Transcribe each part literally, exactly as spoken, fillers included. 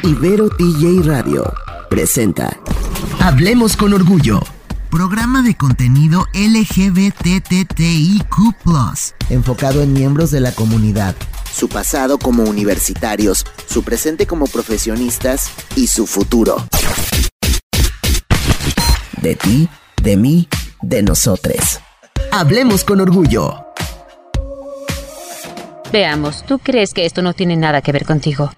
Ibero T J Radio presenta Hablemos con Orgullo, programa de contenido L G B T T I Q plus, enfocado en miembros de la comunidad, su pasado como universitarios, su presente como profesionistas y su futuro. De ti, de mí, de nosotros. Hablemos con Orgullo. Veamos, ¿tú crees que esto no tiene nada que ver contigo?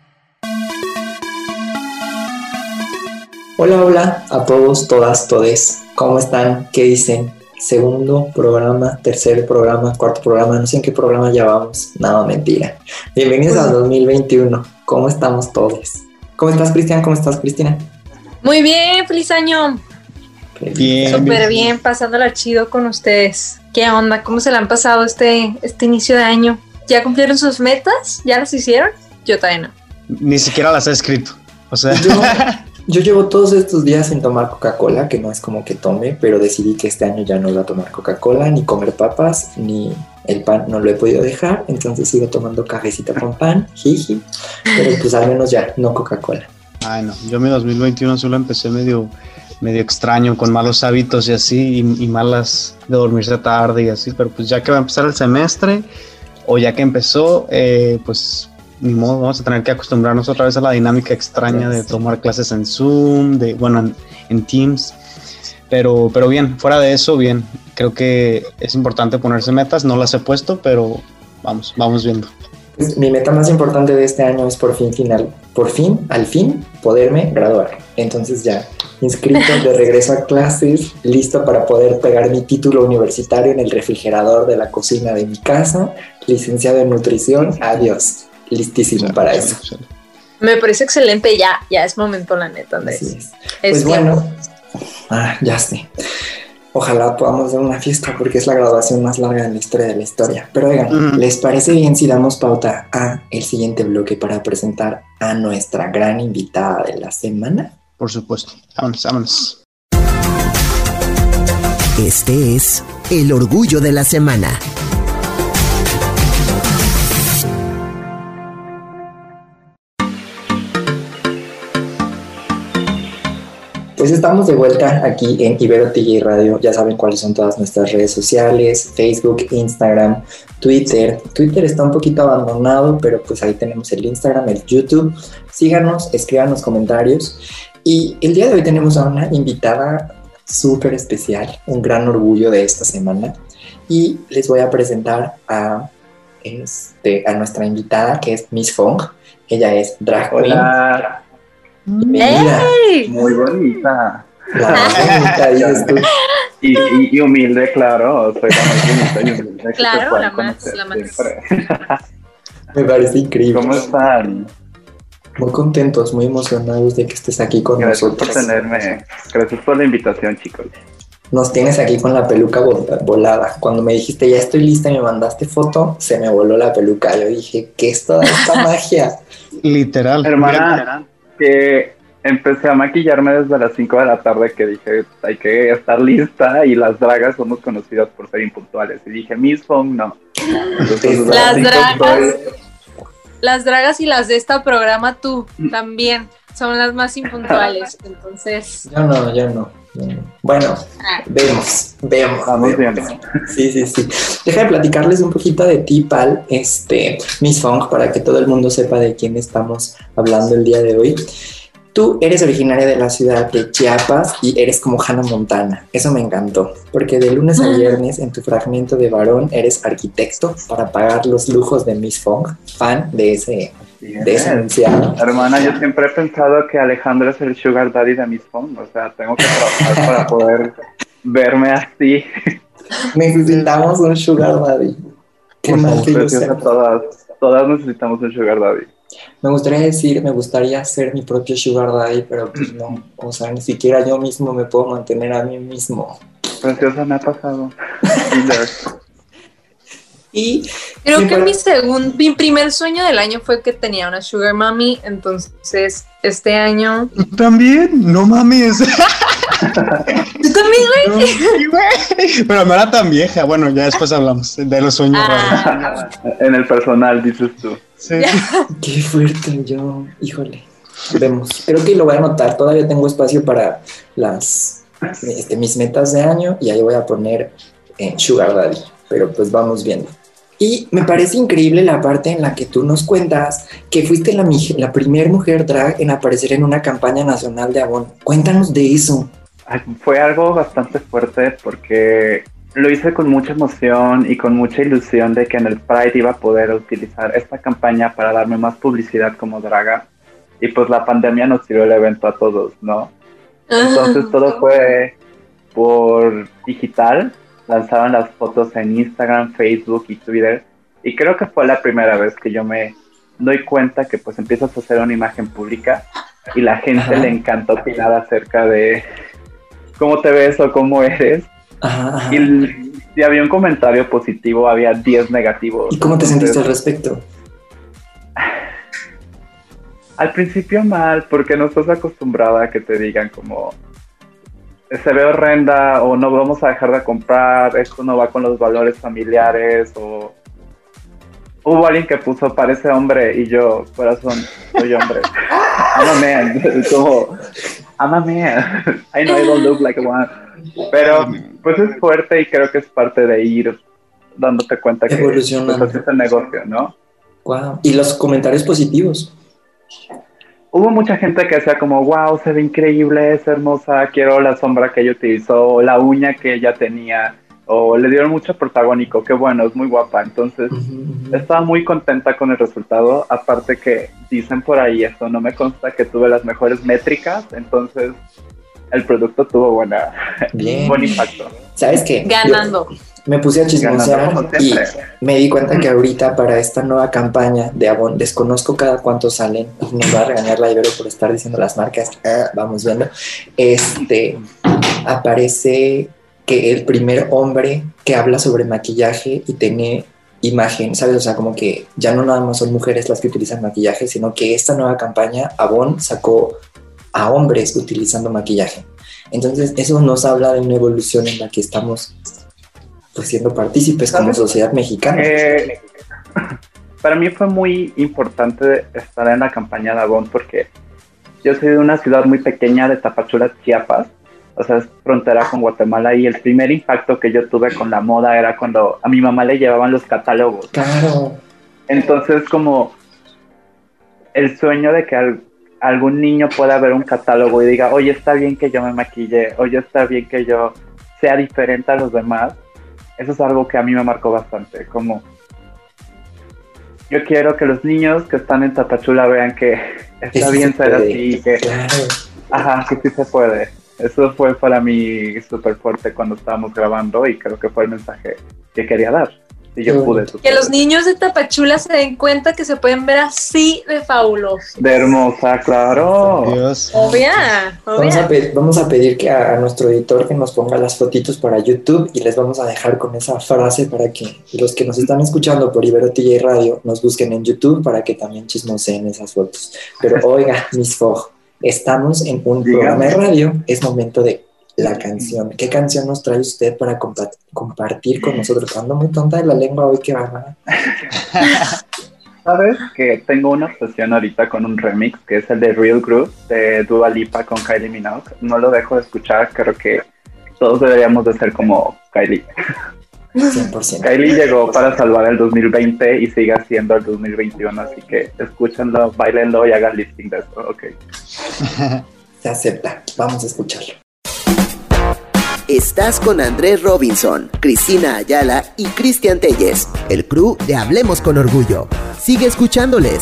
Hola, hola a todos, todas, todes. ¿Cómo están? ¿Qué dicen? Segundo programa, tercer programa, cuarto programa, no sé en qué programa ya vamos. No, mentira. Bienvenidos al dos mil veintiuno. ¿Cómo estamos todos? ¿Cómo estás, Cristian? ¿Cómo estás, Cristina? Muy bien, feliz año. Bien. Súper bien, pasándola chido con ustedes. ¿Qué onda? ¿Cómo se la han pasado este, este inicio de año? ¿Ya cumplieron sus metas? ¿Ya las hicieron? Yo todavía no. Ni siquiera las he escrito. O sea... Yo, yo llevo todos estos días sin tomar Coca-Cola, que no es como que tome, pero decidí que este año ya no iba a tomar Coca-Cola, ni comer papas, ni el pan no lo he podido dejar, entonces sigo tomando cafecito con pan, jiji, pero pues al menos ya, no Coca-Cola. Ay, no, yo mi dos mil veintiuno solo empecé medio, medio extraño, con malos hábitos y así, y, y malas de dormirse tarde y así, pero pues ya que va a empezar el semestre, o ya que empezó, eh, pues... ni modo, vamos a tener que acostumbrarnos otra vez a la dinámica extraña de tomar clases en Zoom, de bueno, en, en Teams, pero, pero bien, fuera de eso, bien, creo que es importante ponerse metas, no las he puesto, pero vamos, vamos viendo. Pues, mi meta más importante de este año es por fin final, por fin, al fin, poderme graduar, entonces ya, inscrito de regreso a clases, listo para poder pegar mi título universitario en el refrigerador de la cocina de mi casa, licenciado en nutrición, adiós. Listísimo claro, para claro, eso. Claro. Me parece excelente, ya, ya es momento, la neta, Andrés. Así es. Es pues tiempo. Bueno, ah, ya sé. Ojalá podamos dar una fiesta porque es la graduación más larga de la historia de la historia. Pero oigan, uh-huh. ¿les parece bien si damos pauta a el siguiente bloque para presentar a nuestra gran invitada de la semana? Por supuesto. Vámonos, vámonos. Este es el Orgullo de la Semana. Pues estamos de vuelta aquí en Ibero T J Radio. Ya saben cuáles son todas nuestras redes sociales: Facebook, Instagram, Twitter. Twitter está un poquito abandonado, pero pues ahí tenemos el Instagram, el YouTube. Síganos, escríbanos comentarios. Y el día de hoy tenemos a una invitada súper especial, un gran orgullo de esta semana. Y les voy a presentar a, este, a nuestra invitada, que es Miss Fong. Ella es drag queen. Hola. ¡Hey! Muy bonita. La más bonita, dices tú. Y, y, y humilde, claro. Soy la más bonita y humilde. Claro, la más, la más. Me parece increíble. ¿Cómo están? Muy contentos, muy emocionados de que estés aquí con Gracias nosotros. Gracias por tenerme. Gracias por la invitación, chicos. Nos tienes aquí con la peluca volada. Cuando me dijiste, ya estoy lista y me mandaste foto, se me voló la peluca. Yo dije, ¿qué es toda esta magia? Literal. Hermana, literal. Que empecé a maquillarme desde las cinco de la tarde, que dije, hay que estar lista, y las dragas somos conocidas por ser impuntuales. Y dije, Miss Fong, no. Entonces, las dragas, estoy... las dragas y las de este programa, tú también, son las más impuntuales. Entonces... Yo no, yo no. Yo no. Bueno, ah. vemos, vemos. Vamos vemos. Sí, sí, sí. Deja de platicarles un poquito de ti, Pal, este, Miss Fong, para que todo el mundo sepa de quién estamos hablando el día de hoy. Tú eres originaria de la ciudad de Chiapas y eres como Hannah Montana. Eso me encantó, porque de lunes a viernes en tu fragmento de varón eres arquitecto para pagar los lujos de Miss Fong, fan de ese, de ese enunciado. Hermana, yo siempre he pensado que Alejandro es el sugar daddy de Miss Fong, o sea, tengo que trabajar para poder verme así. Necesitamos un sugar daddy. Qué mal que yo sea. Todas, todas necesitamos un sugar daddy. Me gustaría decir, me gustaría ser mi propio sugar daddy, pero pues no, o sea, ni siquiera yo mismo me puedo mantener a mí mismo. Preciosa, me ha pasado. Y creo que mi segundo, mi primer sueño del año fue que tenía una sugar mommy, entonces este año... ¿También? No mames. ¿Tú también, güey? Sí, güey. Pero no era tan vieja. Bueno, ya después hablamos de los sueños ah, raros. En el personal, dices tú. Sí. Qué fuerte, yo, híjole. vemos. Creo que lo voy a anotar. Todavía tengo espacio para las este, mis metas de año y ahí voy a poner eh, Sugar Daddy. Pero pues vamos viendo. Y me parece increíble la parte en la que tú nos cuentas que fuiste la, la primer mujer drag en aparecer en una campaña nacional de Avon. Cuéntanos de eso. Fue algo bastante fuerte porque lo hice con mucha emoción y con mucha ilusión de que en el Pride iba a poder utilizar esta campaña para darme más publicidad como draga. Y pues la pandemia nos tiró el evento a todos, ¿no? Entonces todo fue por digital. Lanzaban las fotos en Instagram, Facebook y Twitter. Y creo que fue la primera vez que yo me doy cuenta que pues empiezas a hacer una imagen pública y la gente ajá. le encanta opinar acerca de cómo te ves o cómo eres. Ajá, ajá. Y si había un comentario positivo, había diez negativos. ¿Y cómo te Entonces, sentiste al respecto? Al principio mal, porque no estás acostumbrada a que te digan como se ve horrenda o no vamos a dejar de comprar, esto no va con los valores familiares, o hubo alguien que puso parece hombre y yo, corazón, soy hombre. I'm a man, como I'm a man, I know I don't look like one. Pero pues es fuerte y creo que es parte de ir dándote cuenta que pues, es el negocio, ¿no? Wow. Y los comentarios positivos. Hubo mucha gente que decía como, wow, se ve increíble, es hermosa, quiero la sombra que ella utilizó, o la uña que ella tenía, o le dieron mucho protagónico, qué bueno, es muy guapa. Entonces, uh-huh. estaba muy contenta con el resultado, aparte que dicen por ahí, esto no me consta, que tuve las mejores métricas, entonces el producto tuvo buena, Bien. buen impacto. ¿Sabes qué? Ganando. Yo me puse a chismosear y me di cuenta que ahorita para esta nueva campaña de Avon, desconozco cada cuánto salen, nos va a regañar la Ibero por estar diciendo las marcas, ah, vamos viendo, este, aparece que el primer hombre que habla sobre maquillaje y tiene imagen, ¿sabes? O sea, como que ya no nada más son mujeres las que utilizan maquillaje, sino que esta nueva campaña Avon sacó a hombres utilizando maquillaje. Entonces eso nos habla de una evolución en la que estamos pues siendo partícipes como sociedad mexicana. Eh, para mí fue muy importante estar en la campaña de Avon porque yo soy de una ciudad muy pequeña de Tapachula, Chiapas, o sea, es frontera con Guatemala, y el primer impacto que yo tuve con la moda era cuando a mi mamá le llevaban los catálogos. Claro. Entonces, como el sueño de que al, algún niño pueda ver un catálogo y diga, oye, está bien que yo me maquille, oye, está bien que yo sea diferente a los demás, eso es algo que a mí me marcó bastante, como yo quiero que los niños que están en Tapachula vean que está sí bien ser así, que, claro. ajá, que sí se puede. Eso fue para mí súper fuerte cuando estábamos grabando y creo que fue el mensaje que quería dar. Y yo pude. Que los niños de Tapachula se den cuenta que se pueden ver así de fabulosos. De hermosa, claro. Dios. Obvia, obvia. Vamos a, pe- vamos a pedir que a, a nuestro editor que nos ponga las fotitos para YouTube y les vamos a dejar con esa frase para que los que nos están escuchando por Ibero T J Radio nos busquen en YouTube para que también chismoseen esas fotos. Pero oiga, Miss Fog, estamos en un Dígame. programa de radio, es momento de la canción. ¿Qué canción nos trae usted para compa- compartir con nosotros? Ando muy tonta de la lengua hoy, que va. Sabes que tengo una obsesión ahorita con un remix que es el de Real Groove de Dua Lipa con Kylie Minogue. No lo dejo de escuchar, creo que todos deberíamos de ser como Kylie. cien por ciento. Kylie llegó para salvar el dos mil veinte y sigue haciendo el dos mil veintiuno, así que escúchenlo, bailenlo y hagan lip sync de eso, ok. Se acepta, vamos a escucharlo. Estás con Andrés Robinson, Cristina Ayala y Cristian Telles, el crew de Hablemos con Orgullo. Sigue escuchándoles.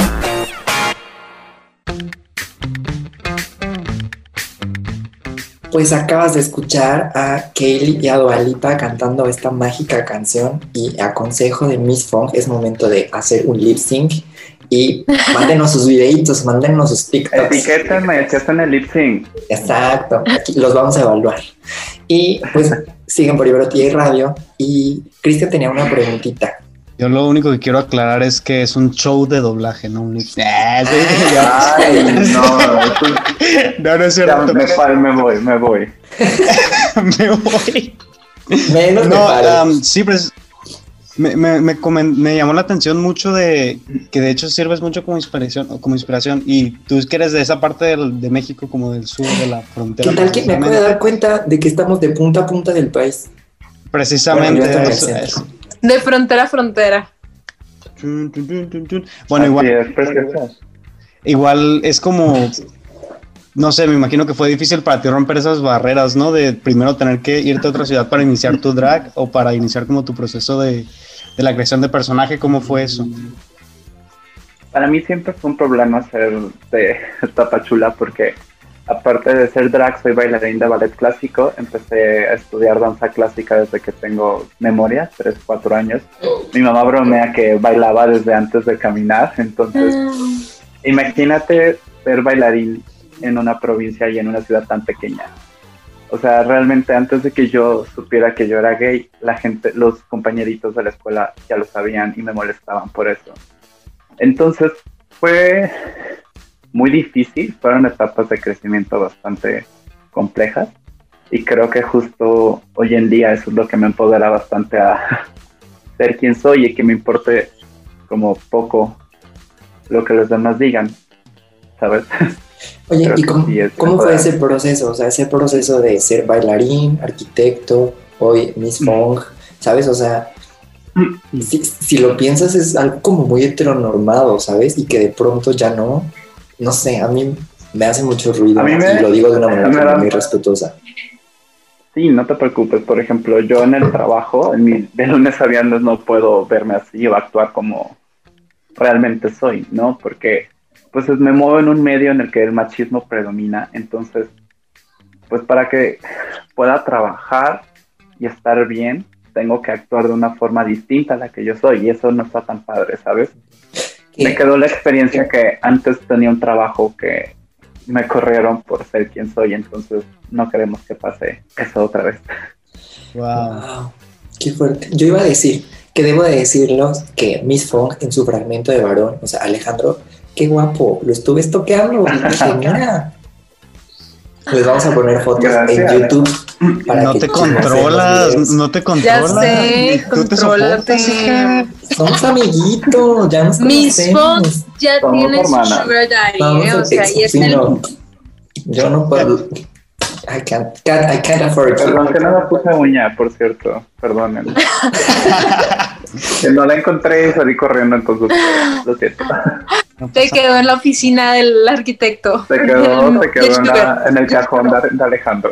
Pues acabas de escuchar a Kylie y a Dua Lipa cantando esta mágica canción y a consejo de Miss Fong es momento de hacer un lip sync y mándenos sus videitos, mándenos sus TikToks. Etiquétenme, que hacen el lip sync. Exacto, aquí los vamos a evaluar. Y pues siguen por Ibero T J Radio y Cristian tenía una preguntita. Yo lo único que quiero aclarar es que es un show de doblaje, no un lip sync. Ay, no, no, no es cierto. Ya, me, me voy, me voy. me voy. Menos no, me um, sí, pues, Me, me, me, comen, me llamó la atención mucho de que de hecho sirves mucho como inspiración, como inspiración y tú que eres de esa parte del, de México, como del sur de la frontera. ¿Qué tal que me acabo de dar cuenta de que estamos de punta a punta del país? Precisamente. Bueno, eso, eso. De frontera a frontera. Bueno, igual, es igual es como, no sé, me imagino que fue difícil para ti romper esas barreras, ¿no? De primero tener que irte a otra ciudad para iniciar tu drag o para iniciar como tu proceso de, de la creación de personaje. ¿Cómo fue eso? Para mí siempre fue un problema ser de Tapachula porque aparte de ser drag, soy bailarín de ballet clásico. Empecé a estudiar danza clásica desde que tengo memoria, tres, cuatro años. Mi mamá bromea que bailaba desde antes de caminar. Entonces, imagínate ser bailarín en una provincia y en una ciudad tan pequeña. O sea, realmente antes de que yo supiera que yo era gay, la gente, los compañeritos de la escuela ya lo sabían y me molestaban por eso. Entonces, fue muy difícil, fueron etapas de crecimiento bastante complejas y creo que justo hoy en día eso es lo que me empodera bastante a ser quien soy y que me importe como poco lo que los demás digan, ¿sabes? Oye, Creo ¿y que cómo, sí es cómo fue verdad. ese proceso? O sea, ese proceso de ser bailarín, arquitecto, hoy Miss Fong, ¿sabes? O sea, si, si lo piensas es algo como muy heteronormado, ¿sabes? Y que de pronto ya no, no sé, a mí me hace mucho ruido A mí me- y lo digo de una me manera da- muy respetuosa. Sí, no te preocupes. Por ejemplo, yo en el trabajo, en mi, de lunes a viernes no puedo verme así o actuar como realmente soy, ¿no? Porque pues me muevo en un medio en el que el machismo predomina. Entonces, pues para que pueda trabajar y estar bien, tengo que actuar de una forma distinta a la que yo soy. Y eso no está tan padre, ¿sabes? ¿Qué? Me quedó la experiencia que antes tenía un trabajo que me corrieron por ser quien soy, entonces no queremos que pase eso otra vez. Wow. Wow, qué fuerte. Yo iba a decir que debo de decirlos que Miss Fong en su fragmento de varón, o sea, Alejandro, qué guapo, lo estuve estoqueando y dije, mira. Les vamos a poner fotos Gracias. en YouTube para No que te chismoseen los controlas, videos. no te Ya controlas. sé, Tú te contrólate. soportas, hija. Somos amiguitos, ya nos Miss conocemos. Fox ya Somos tiene su hermanas. sugar daddy, Vamos ¿eh? a O sea, y es sí, el... no. Yo no puedo. I can't, can't, I can't afford it. Perdón que no me puse uña, por cierto, perdonen. Que no la encontré y salí corriendo, entonces lo siento. Te quedó en la oficina del arquitecto. Se quedó, se quedó Del en, la- sugar. en el cajón de, de Alejandro.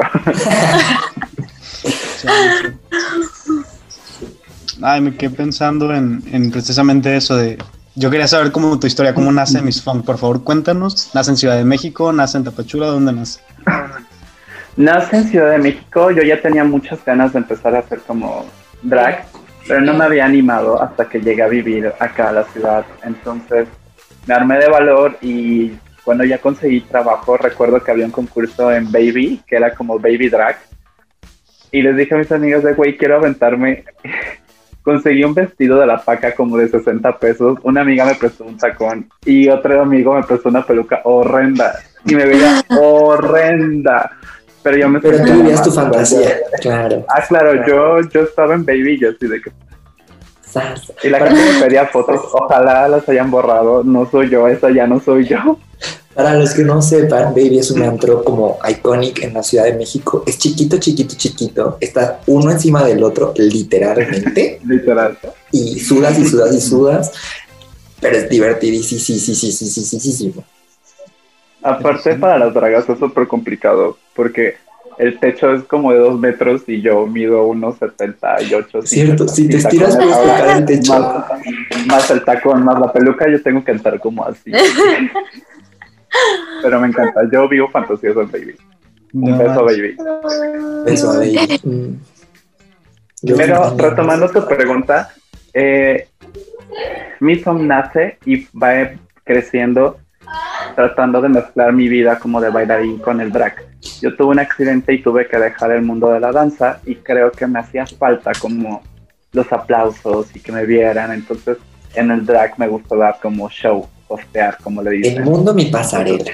Ay, me quedé pensando en, en precisamente eso de... Yo quería saber cómo tu historia, cómo nace Miss Fong. Por favor, cuéntanos. ¿Nace en Ciudad de México? ¿Nace en Tapachula? ¿Dónde nace? Nací en Ciudad de México, yo ya tenía muchas ganas de empezar a hacer como drag, pero no me había animado hasta que llegué a vivir acá a la ciudad. Entonces me armé de valor y cuando ya conseguí trabajo, recuerdo que había un concurso en Baby, que era como Baby Drag, y les dije a mis amigas de, güey, quiero aventarme. Conseguí un vestido de la paca como de sesenta pesos, una amiga me prestó un tacón y otro amigo me prestó una peluca horrenda y me veía horrenda. Pero yo me Pero tú sentía vivías tu mal, fantasía, claro. Ah, claro, yo, yo estaba en Baby y yo así de que... Sas. Y la Para, gente me pedía fotos, ojalá las hayan borrado, no soy yo, esa ya no soy yo. para los que no sepan, Baby es un antro como iconic en la Ciudad de México. Es chiquito, chiquito, chiquito. Está uno encima del otro, literalmente. Literal. Y sudas y sudas y sudas. Pero es divertidísimo. Sí, sí, sí, sí, sí, sí, sí, sí. Aparte para las dragas es súper complicado, porque el techo es como de dos metros y yo mido unos setenta y ocho. Cierto, si te Y estiras tacones, puedes ahora, tocar el techo. Más, más el tacón, más la peluca, yo tengo que entrar como así. Pero me encanta, yo vivo fantasioso en Baby. Un No beso, manches. Baby. Beso a Baby. Mm. Yo Pero también. retomando tu pregunta, eh, Miss Fong nace y va creciendo tratando de mezclar mi vida como de bailarín con el drag. Yo tuve un accidente y tuve que dejar el mundo de la danza y creo que me hacía falta como los aplausos y que me vieran. Entonces en el drag me gusta dar como show, postear, como le El dicen. mundo, mi pasarela.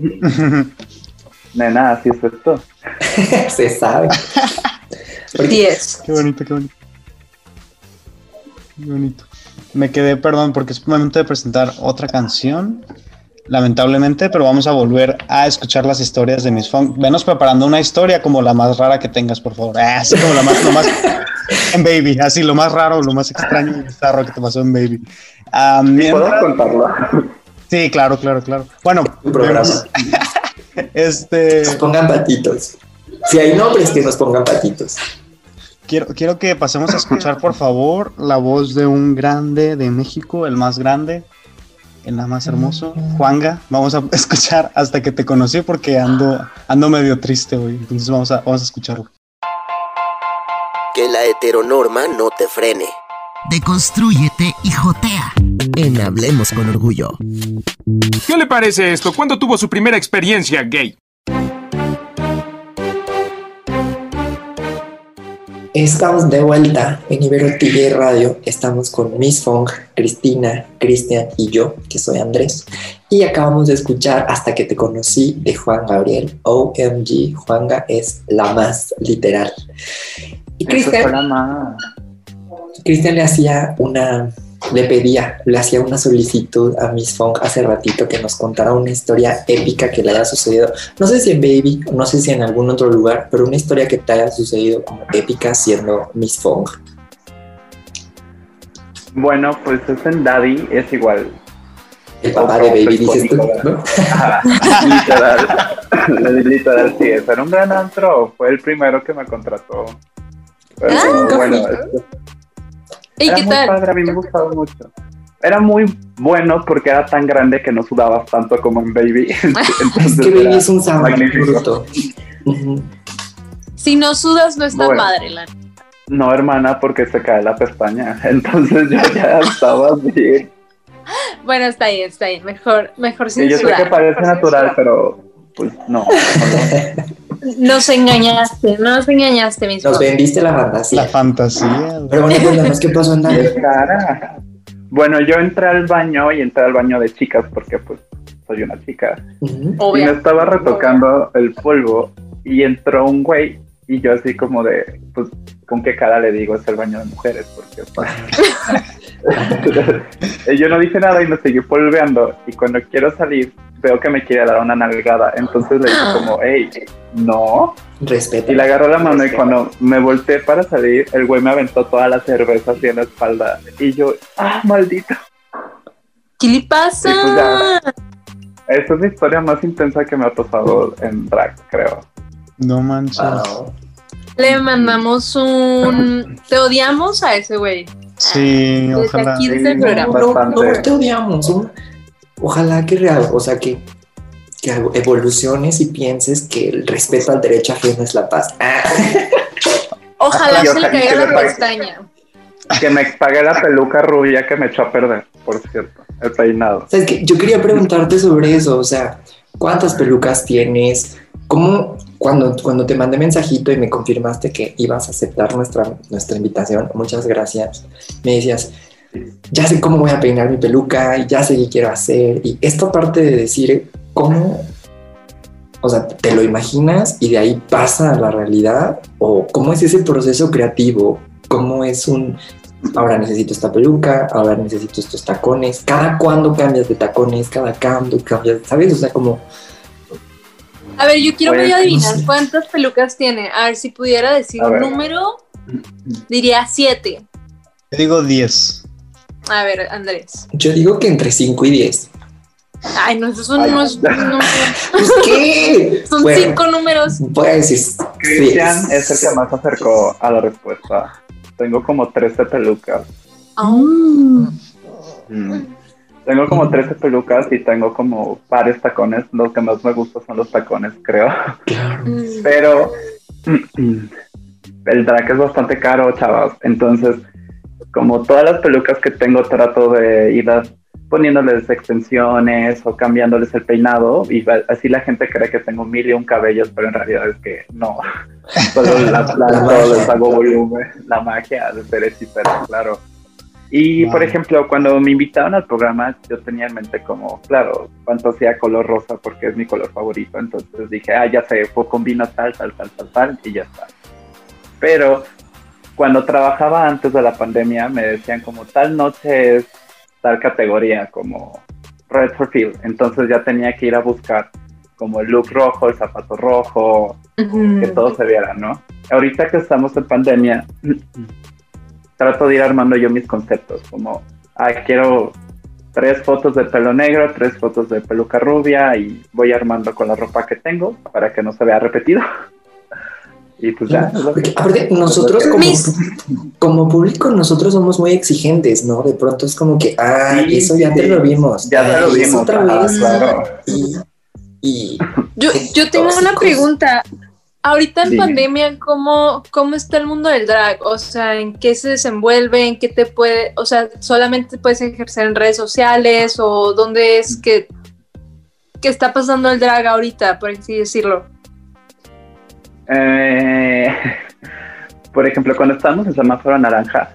Nena, así es esto. Se sabe. Porque diez. Qué bonito, qué bonito. Qué bonito. Me quedé, perdón, porque es momento de presentar otra canción, lamentablemente, pero vamos a volver a escuchar las historias de Miss Funk. Venos preparando una historia como la más rara que tengas, por favor. Ah, así como la más, lo más en Baby, así lo más raro, lo más extraño y bizarro que te pasó en Baby. Um, ¿Sí ¿Puedo contarlo? Sí, claro, claro, claro. Bueno, programa. este. Nos pongan patitos. Si hay nombres, que nos pongan patitos. Quiero, quiero que pasemos a escuchar, por favor, la voz de un grande de México, el más grande, el más hermoso, Juanga. Vamos a escuchar Hasta que te conocí porque ando, ando medio triste hoy. Entonces vamos a, vamos a escucharlo. Que la heteronorma no te frene. Deconstrúyete y jotea. En Hablemos con Orgullo. ¿Qué le parece esto? ¿Cuándo tuvo su primera experiencia gay? Estamos de vuelta en Ibero T V Radio. Estamos con Miss Funk, Cristina, Cristian y yo, que soy Andrés. Y acabamos de escuchar Hasta que te conocí de Juan Gabriel. O M G, Juanga es la más literal. Y Cristian, Cristian le hacía una, le pedía, le hacía una solicitud a Miss Funk hace ratito que nos contara una historia épica que le haya sucedido. No sé si en Baby, no sé si en algún otro lugar, pero una historia que te haya sucedido como épica siendo Miss Funk. Bueno, pues es en Daddy, es igual. El papá de Baby, dices tú, ¿no? Literal. Literal, sí, es. Era un gran antro. Fue el primero que me contrató. Pero, Ah, bueno, ¿y era qué muy tal? padre, a mí me gustaba mucho. Era muy bueno porque era tan grande que no sudabas tanto como en Baby. Entonces Es que Baby era es un sabor magnífico. bruto. Uh-huh. Si no sudas, no está Bueno. padre, la No, hermana, porque se cae la pestaña. Entonces yo ya estaba así. Bueno, está bien, está bien. Mejor, mejor sin Y yo sé sudar. que parece mejor sin natural, sudar. pero pues no. no. Nos engañaste, nos engañaste, mis Nos padres. vendiste la fantasía. La fantasía. Pero bueno, cuéntanos qué pasó en Daddy. Cara. Bueno, yo entré al baño y entré al baño de chicas porque pues soy una chica. Uh-huh. Y Obvio. me estaba retocando el polvo y entró un güey y yo así como de, pues, ¿con qué cara le digo es el baño de mujeres? Porque pues... Y yo no dije nada y me seguí polveando y cuando quiero salir veo que me quiere dar una nalgada, entonces le dije como, hey, no. Respeto. Y le agarró la mano y cuando me volteé para salir, el güey me aventó toda la cerveza así en la espalda y yo, ah, maldito. ¿Qué le pasa? Y pues ya. Esta es la historia más intensa que me ha pasado en drag, creo. No manches. Wow. Le mandamos un... Te odiamos a ese güey. Sí, Desde ojalá. aquí, desde el Sí, programa. No, bastante. no te odiamos. ¿no? Ojalá que real, o sea que, que evoluciones y pienses que el respeto al derecho ajeno es la paz. Ah. Ojalá Y se le ojalá caiga que la le pague. pestaña. Que me pague la peluca rubia que me echó a perder, por cierto, el peinado. ¿Sabes qué? Yo quería preguntarte sobre eso, o sea, ¿cuántas pelucas tienes? ¿Cómo, cuando, cuando te mandé mensajito y me confirmaste que ibas a aceptar nuestra, nuestra invitación, muchas gracias, me decías, ya sé cómo voy a peinar mi peluca y ya sé qué quiero hacer, y esta parte de decir cómo, o sea, ¿te lo imaginas y de ahí pasa a la realidad? ¿O cómo es ese proceso creativo? ¿Cómo es un... Ahora necesito esta peluca, ahora necesito estos tacones? ¿Cada cuándo cambias de tacones? ¿Cada cuándo cambias? ¿Sabes? O sea, como... A ver, yo quiero Pues, medio adivinar no sé. cuántas pelucas tiene. A ver, si pudiera decir A un ver. número, diría siete. Te digo diez. A ver, Andrés. Yo digo que entre cinco y diez. Ay, no, esos son Ay. unos números. ¿Pues qué? Son Bueno, cinco números. voy a decir... Cristian sí, es el que más se acercó a la respuesta. Tengo como trece pelucas. Oh. Mm. Tengo como trece pelucas y tengo como varios tacones. Los que más me gustan son los tacones, creo. Claro. Pero el drag es bastante caro, chavas. Entonces, como todas las pelucas que tengo, trato de irlas poniéndoles extensiones o cambiándoles el peinado. Y así la gente cree que tengo mil y un cabellos, pero en realidad es que no. Solo la, la, La solo magia. les hago volumen. La magia de ser hechicero, claro. Y, Wow. por ejemplo, cuando me invitaron al programa, yo tenía en mente como, claro, fantasía color rosa porque es mi color favorito. Entonces dije, ah, ya sé, pues combino tal, tal, tal, tal, tal, y ya está. Pero cuando trabajaba antes de la pandemia me decían como tal noche es tal categoría, como Red for Field, entonces ya tenía que ir a buscar como el look rojo, el zapato rojo, uh-huh. que todo se viera, ¿no? Ahorita que estamos en pandemia, trato de ir armando yo mis conceptos, como, ah, quiero tres fotos de pelo negro, tres fotos de peluca rubia, y voy armando con la ropa que tengo para que no se vea repetido. Y pues ya. Porque, aparte, nosotros como, como público, nosotros somos muy exigentes, ¿no? De pronto es como que, ah, sí, eso ya sí, te lo vimos. Ya te lo vimos. Otra ah, vez. Claro. Y, y yo, yo tengo tóxicos. una pregunta. Ahorita en Sí. pandemia, ¿cómo, ¿cómo está el mundo del drag? O sea, ¿en qué se desenvuelve? ¿En qué te puede...? O sea, ¿solamente puedes ejercer en redes sociales? ¿O dónde es que, que está pasando el drag ahorita, por así decirlo? Eh, por ejemplo, cuando estábamos en Semáforo Naranja,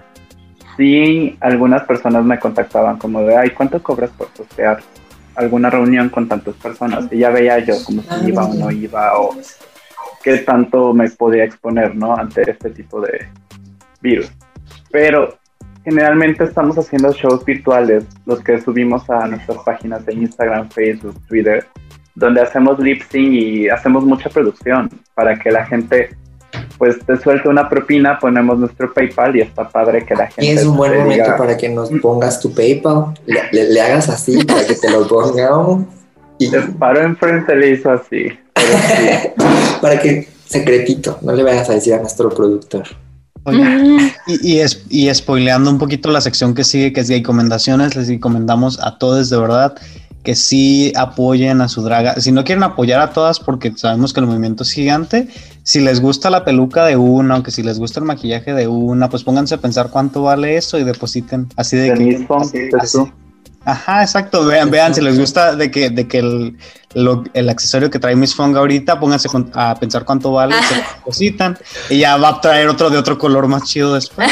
sí, algunas personas me contactaban como de, ay, ¿cuánto cobras por postear alguna reunión con tantas personas? Y ya veía yo como si iba o no iba, o qué tanto me podía exponer, ¿no? Ante este tipo de virus. Pero generalmente estamos haciendo shows virtuales, los que subimos a nuestras páginas de Instagram, Facebook, Twitter, donde hacemos lip sync y hacemos mucha producción para que la gente pues te suelte una propina, ponemos nuestro PayPal y está padre que la gente... Y es un buen te momento diga, para que nos pongas tu PayPal, le, le, le hagas así para que te lo pongamos. Y te paro enfrente, le hizo así. Pero sí. para que, secretito, no le vayas a decir a nuestro productor. Oye, y, y, es, y spoileando un poquito la sección que sigue, que es de recomendaciones, les recomendamos a todos de verdad que sí apoyen a su draga. Si no quieren apoyar a todas porque sabemos que el movimiento es gigante, si les gusta la peluca de una, aunque si les gusta el maquillaje de una, pues pónganse a pensar cuánto vale eso y depositen así de, de que... Mismo, así, así. Ajá, exacto, vean, vean, si les gusta de que, de que el, lo, el accesorio que trae Miss Fong ahorita, pónganse con, a pensar cuánto vale, se lo depositan y ya va a traer otro de otro color más chido después.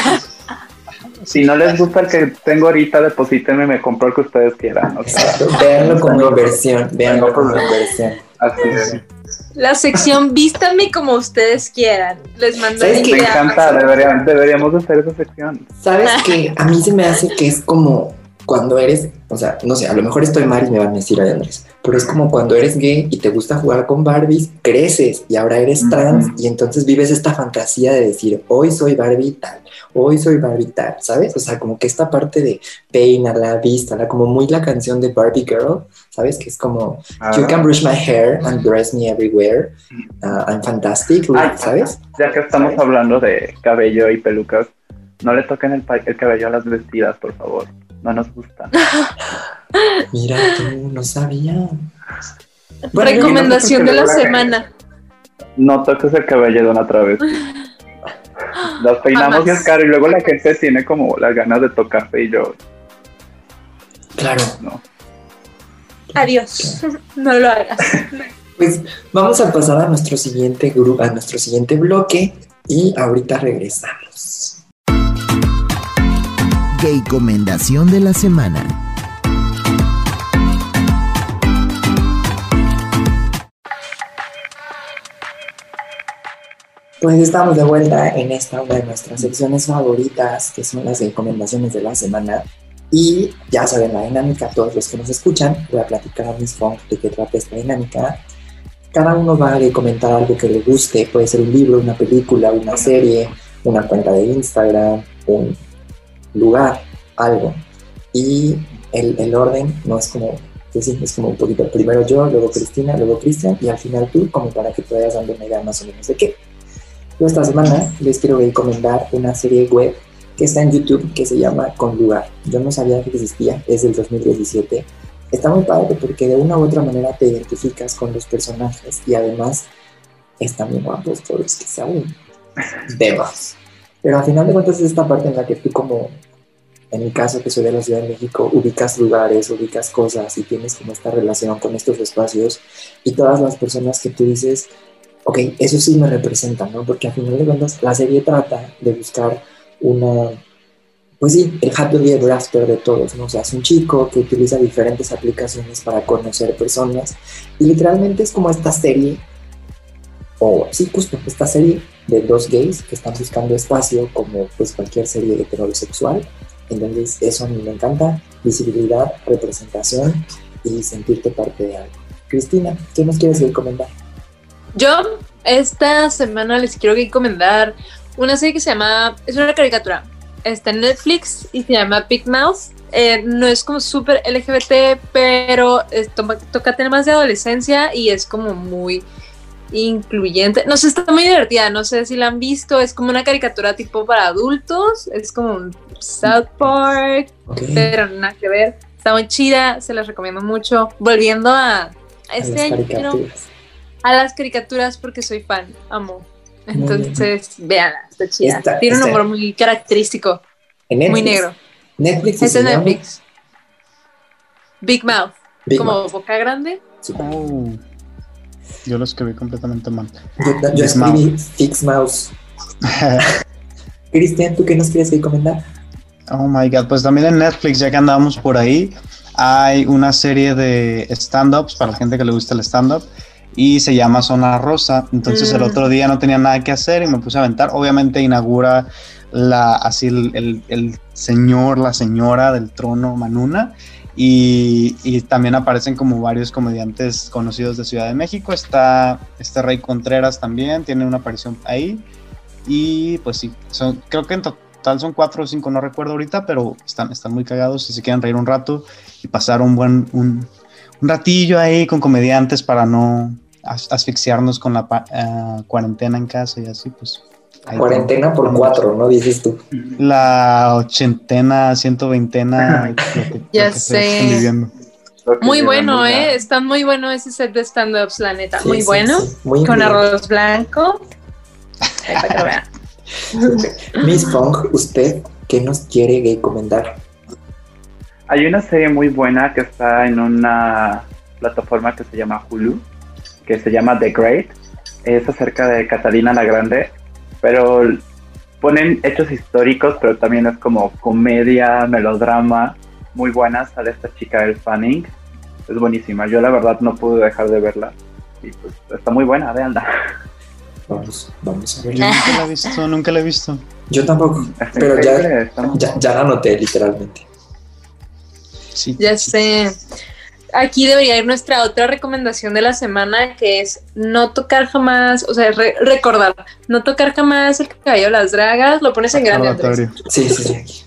Si no les gusta el que tengo ahorita, deposítenme y me compro el que ustedes quieran. O sea, exacto, véanlo como inversión, véanlo como inversión. Así es. La sección vístanme como ustedes quieran. Les mando ¿Sabes mi qué? Me idea. encanta, deberíamos, deberíamos hacer esa sección. ¿Sabes qué? A mí se me hace que es como cuando eres, o sea, no sé, a lo mejor estoy mal y me van a decir, ay, Andrés, pero es como cuando eres gay y te gusta jugar con Barbies, creces y ahora eres trans, uh-huh. y entonces vives esta fantasía de decir, hoy soy Barbie tal, hoy soy Barbie tal, ¿sabes? O sea, como que esta parte de peínala, vístala, como muy la canción de Barbie Girl, ¿sabes? Que es como, ah. you can brush my hair and dress me everywhere, uh, I'm fantastic, ay, ¿sabes? Ya que estamos ¿sabes? Hablando de cabello y pelucas, no le toquen el, el cabello a las vestidas, por favor. No nos gusta. Mira tú, no sabía. Bueno, recomendación no de la semana. No toques el cabello de una otra vez. Las peinamos y es caro y luego la gente tiene como las ganas de tocarse y yo... Claro. No. Adiós. No lo hagas. Pues vamos a pasar a nuestro siguiente grupo, a nuestro siguiente bloque y ahorita regresamos. Recomendación de la semana. Pues estamos de vuelta en esta una de nuestras secciones favoritas, que son las recomendaciones de la semana. Y ya saben la dinámica, todos los que nos escuchan, voy a platicar a Miss Fong de qué trata esta dinámica. Cada uno va a comentar algo que le guste, puede ser un libro, una película, una serie, una cuenta de Instagram, un lugar, algo. Y el, el orden no es como, pues sí, es como un poquito, primero yo, luego Cristina, luego Cristian y al final tú, como para que te vayas dando una idea más o menos de qué. Yo esta semana les quiero recomendar una serie web que está en YouTube que se llama Con Lugar. Yo no sabía que existía, es del dos mil diecisiete. Está muy padre porque de una u otra manera te identificas con los personajes y además están muy guapos todos los que saben. Vemos. Pero al final de cuentas es esta parte en la que tú, como en mi caso que soy de la Ciudad de México, ubicas lugares, ubicas cosas y tienes como esta relación con estos espacios y todas las personas que tú dices, ok, eso sí me representa, ¿no? Porque al final de cuentas la serie trata de buscar una, pues sí, el happy ever after de todos, ¿no? O sea, es un chico que utiliza diferentes aplicaciones para conocer personas y literalmente es como esta serie, o sí, justo esta serie de dos gays que están buscando espacio como pues cualquier serie heterosexual. Entonces eso a mí me encanta, visibilidad, representación y sentirte parte de algo. Cristina, ¿qué nos quieres recomendar? Yo esta semana les quiero recomendar una serie que se llama, es una caricatura, está en Netflix y se llama Big Mouth. Eh, no es como súper L G B T, pero es, to- toca temas de adolescencia y es como muy incluyente. No sé, está muy divertida, no sé si la han visto, es como una caricatura tipo para adultos, es como un South Park, Okay. pero nada que ver. Está muy chida, se las recomiendo mucho. Volviendo a, a A este las año, quiero- caricaturas. a las caricaturas porque soy fan, amo. Entonces, véanla, está chida. Esta- Tiene un esta- humor muy característico, ¿En Netflix? muy negro. Netflix y Es se de llama Netflix. Big Mouth, Big como Mouth. boca grande. Super. Oh, yo lo escribí completamente mal. Yo, yo Big escribí Fix Mouse. Cristian, ¿tú qué nos quieres recomendar? Oh my god, pues también en Netflix, ya que andábamos por ahí, hay una serie de stand-ups para la gente que le gusta el stand-up y se llama Zona Rosa. Entonces Mm. el otro día no tenía nada que hacer y me puse a aventar. Obviamente inaugura la, así el, el, el señor, la señora del trono Manuna. Y, y también aparecen como varios comediantes conocidos de Ciudad de México. Está este Rey Contreras también, tiene una aparición ahí. Y pues sí, son, creo que en total son cuatro o cinco, no recuerdo ahorita, pero están, están muy cagados si se quieren reír un rato y pasar un buen un, un ratillo ahí con comediantes para no as, asfixiarnos con la pa, uh, cuarentena en casa y así, pues. Cuarentena por cuatro, ¿no? Dices tú. La ochentena, ciento veintena, lo que, Ya lo que se sé. están viviendo. Lo que Muy llevamos bueno, ya. ¿eh? Está muy bueno ese set de stand-ups, la neta. Sí, muy sí, bueno. sí. Muy Con incluyente. arroz blanco. Ahí para que lo vean. Miss Fong, ¿usted qué nos quiere recomendar? Hay una serie muy buena que está en una plataforma que se llama Hulu, que se llama The Great. Es acerca de Catalina la Grande, pero ponen hechos históricos, pero también es como comedia, melodrama, muy buena. Sale esta chica del Fanning, es buenísima. Yo la verdad no pude dejar de verla y pues está muy buena, véanla. Vamos, vamos a Yo verla. nunca la he visto, nunca la he visto. Yo tampoco, Está pero ya, increíble, está muy- ya, ya la anoté literalmente. Sí, Ya sí. sé. Aquí debería ir nuestra otra recomendación de la semana, que es no tocar jamás, o sea, re- recordar, no tocar jamás el cabello de las dragas. Lo pones en grande, Andrés, Recordatorio. Sí, sí, sí. Aquí.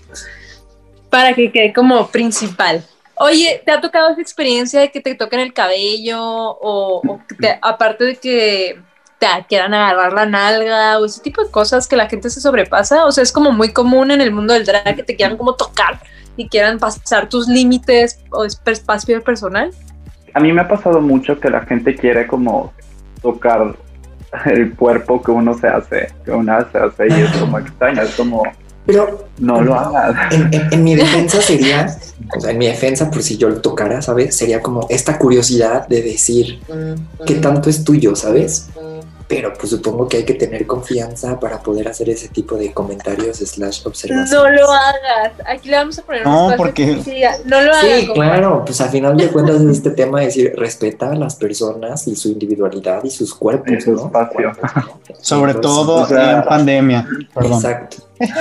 para que quede como principal. Oye, ¿te ha tocado esa experiencia de que te toquen el cabello o, o que te- aparte de que te quieran agarrar la nalga o ese tipo de cosas que la gente se sobrepasa? O sea, es como muy común en el mundo del drag que te quieran como tocar y quieran pasar tus límites o espacio personal. A mí me ha pasado mucho que la gente quiere como tocar el cuerpo que uno se hace, que una se hace y es como extraño, es como, Pero no lo hagas. en, en- en mi defensa sería, o sea, en mi defensa, por si yo lo tocara, ¿sabes? Sería como esta curiosidad de decir qué tanto es tuyo, ¿sabes? Pero pues supongo que hay que tener confianza para poder hacer ese tipo de comentarios slash observaciones. No lo hagas. Aquí le vamos a poner un No, espacio porque- que diga, no lo hagas. Sí, claro, pues al final de cuentas es este tema de decir, respeta a las personas y su individualidad y sus cuerpos, Y su ¿no? espacio. Sobre Entonces, todo o sea, en pandemia. Perdón. Exacto.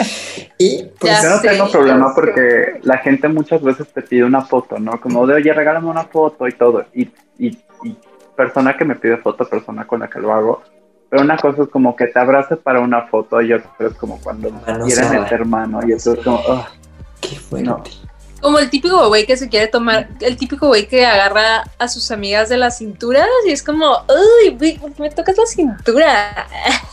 Y pues Ya Yo no sé, tengo problema ya porque la gente muchas veces te pide una foto, ¿no? Como de, oye, regálame una foto y todo. Y, y, y persona que me pide foto, persona con la que lo hago. Pero una cosa es como que te abrace para una foto y otra es como cuando Manoseada. quieren meter mano y eso es como, ugh. qué fuerte. No. Como el típico güey que se quiere tomar, el típico güey que agarra a sus amigas de las cinturas y es como, uy, güey, me tocas la cintura.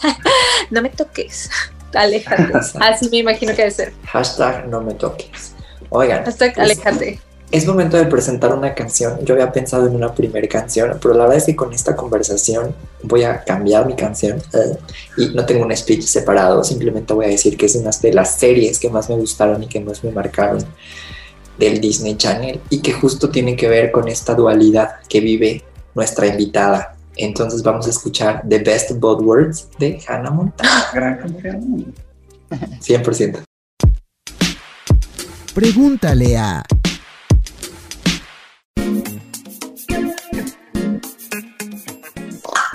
No me toques, aléjate. Así me imagino que debe ser. Hashtag no me toques. Oigan, Hashtag pues, aléjate. es momento de presentar una canción. Yo había pensado en una primera canción, pero la verdad es que con esta conversación voy a cambiar mi canción eh, y no tengo un speech separado. Simplemente voy a decir que es una de las series que más me gustaron y que más me marcaron del Disney Channel y que justo tiene que ver con esta dualidad que vive nuestra invitada. Entonces vamos a escuchar The Best of Both Worlds de Hannah Montana. Gran canción. cien por ciento. Pregúntale a...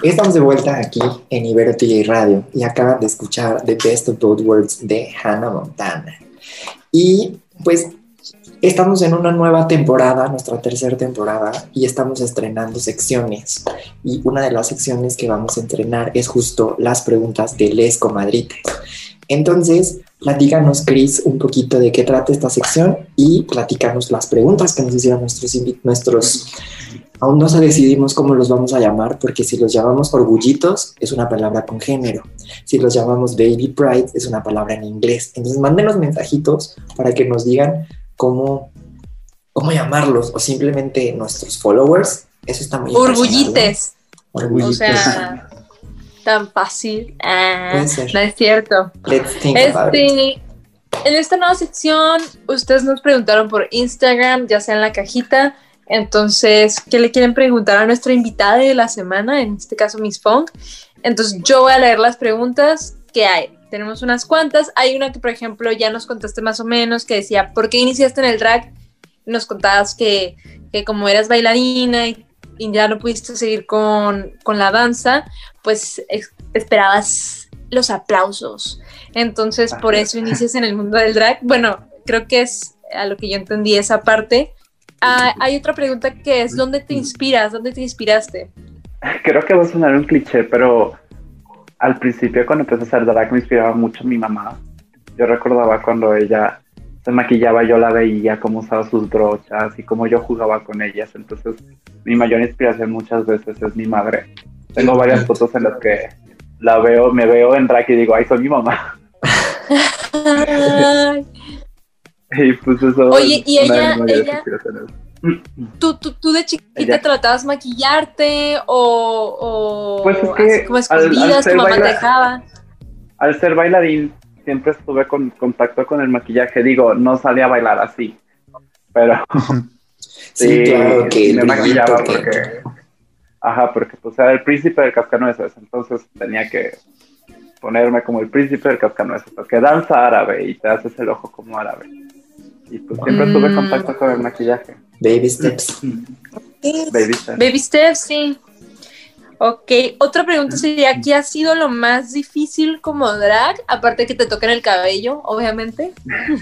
Estamos de vuelta aquí en Ibero T J Radio y acaban de escuchar The Best of Both Worlds de Hannah Montana. Y pues estamos en una nueva temporada, nuestra tercera temporada, y estamos estrenando secciones. Y una de las secciones que vamos a entrenar es justo las preguntas de les comadrites. Entonces, platícanos, Cris, un poquito de qué trata esta sección y platícanos las preguntas que nos hicieron nuestros invi- nuestros... Aún no decidimos cómo los vamos a llamar, porque si los llamamos orgullitos, es una palabra con género. Si los llamamos baby pride, es una palabra en inglés. Entonces, mándenos mensajitos para que nos digan cómo, cómo llamarlos, o simplemente nuestros followers. Eso está muy Orgullites. Orgullites. O sea, tan fácil. Ah, Puede ser. no es cierto. Let's think about it. Este, en esta nueva sección, ustedes nos preguntaron por Instagram, ya sea en la cajita. Entonces, ¿qué le quieren preguntar a nuestra invitada de la semana? En este caso, Miss Fong. Entonces, yo voy a leer las preguntas que hay. Tenemos unas cuantas. Hay una que, por ejemplo, ya nos contaste más o menos, que decía, ¿por qué iniciaste en el drag? Nos contabas que, que como eras bailarina y, y ya no pudiste seguir con, con la danza, pues es, esperabas los aplausos. Entonces, por eso inicias en el mundo del drag. Bueno, creo que es a lo que yo entendí esa parte. Ah, hay otra pregunta que es, ¿dónde te inspiras? ¿Dónde te inspiraste? Creo que va a sonar un cliché, pero al principio cuando empecé a hacer drag me inspiraba mucho mi mamá. Yo recordaba cuando ella se maquillaba, yo la veía cómo usaba sus brochas y cómo yo jugaba con ellas. Entonces mi mayor inspiración muchas veces es mi madre. Tengo varias fotos en las que la veo, me veo en drag y digo, ay, soy mi mamá. Y pues eso. Oye, y ella, ella ¿tú, tú, ¿tú de chiquita ella. tratabas maquillarte o, o pues es que así como escondidas, tu mamá baila, te dejaba? Al ser bailarín siempre estuve con contacto con el maquillaje, digo, no salía a bailar así, pero sí, sí claro que sí, me maquillaba que... porque, ajá, porque pues era el príncipe del cascanueces, entonces tenía que ponerme como el príncipe del cascanueces, porque danza árabe y te haces el ojo como árabe. Y pues siempre mm. tuve contacto con el maquillaje. Baby steps. Baby steps. Baby steps, sí. Ok, otra pregunta sería, ¿qué ha sido lo más difícil como drag? Aparte que te toquen el cabello, obviamente.